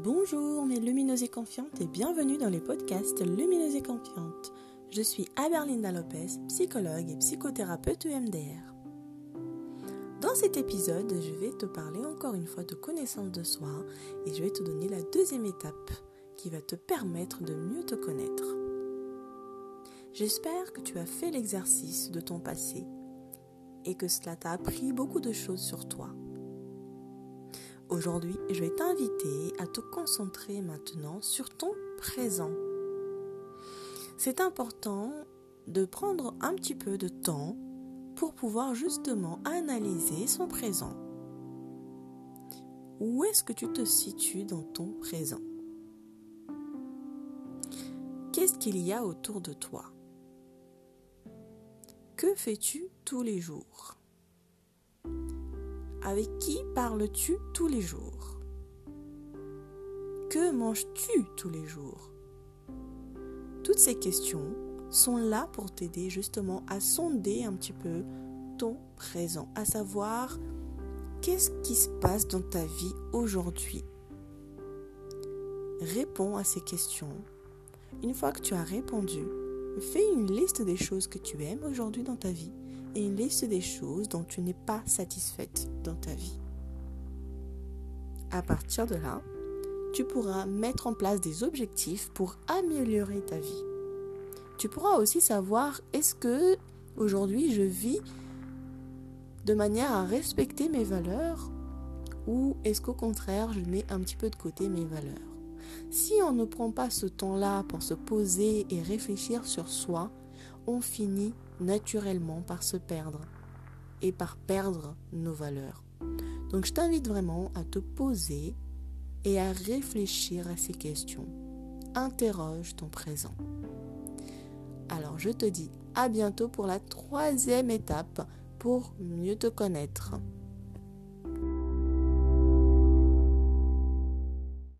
Bonjour mes lumineuses et confiantes et bienvenue dans les podcasts Lumineuses et confiantes. Je suis Aberlinda Lopez, psychologue et psychothérapeute EMDR. Dans cet épisode, je vais te parler encore une fois de connaissance de soi et je vais te donner la deuxième étape qui va te permettre de mieux te connaître. J'espère que tu as fait l'exercice de ton passé et que cela t'a appris beaucoup de choses sur toi. Aujourd'hui, je vais t'inviter à te concentrer maintenant sur ton présent. C'est important de prendre un petit peu de temps pour pouvoir justement analyser son présent. Où est-ce que tu te situes dans ton présent? Qu'est-ce qu'il y a autour de toi? Que fais-tu tous les jours? Avec qui parles-tu tous les jours? Que manges-tu tous les jours? Toutes ces questions sont là pour t'aider justement à sonder un petit peu ton présent, à savoir qu'est-ce qui se passe dans ta vie aujourd'hui. Réponds à ces questions. Une fois que tu as répondu, fais une liste des choses que tu aimes aujourd'hui dans ta vie et une liste des choses dont tu n'es pas satisfaite dans ta vie. À partir de là, tu pourras mettre en place des objectifs pour améliorer ta vie. Tu pourras aussi savoir est-ce que aujourd'hui je vis de manière à respecter mes valeurs ou est-ce qu'au contraire je mets un petit peu de côté mes valeurs. Si on ne prend pas ce temps-là pour se poser et réfléchir sur soi, on finit naturellement par se perdre et par perdre nos valeurs. Donc je t'invite vraiment à te poser et à réfléchir à ces questions. Interroge ton présent. Alors je te dis à bientôt pour la troisième étape pour mieux te connaître.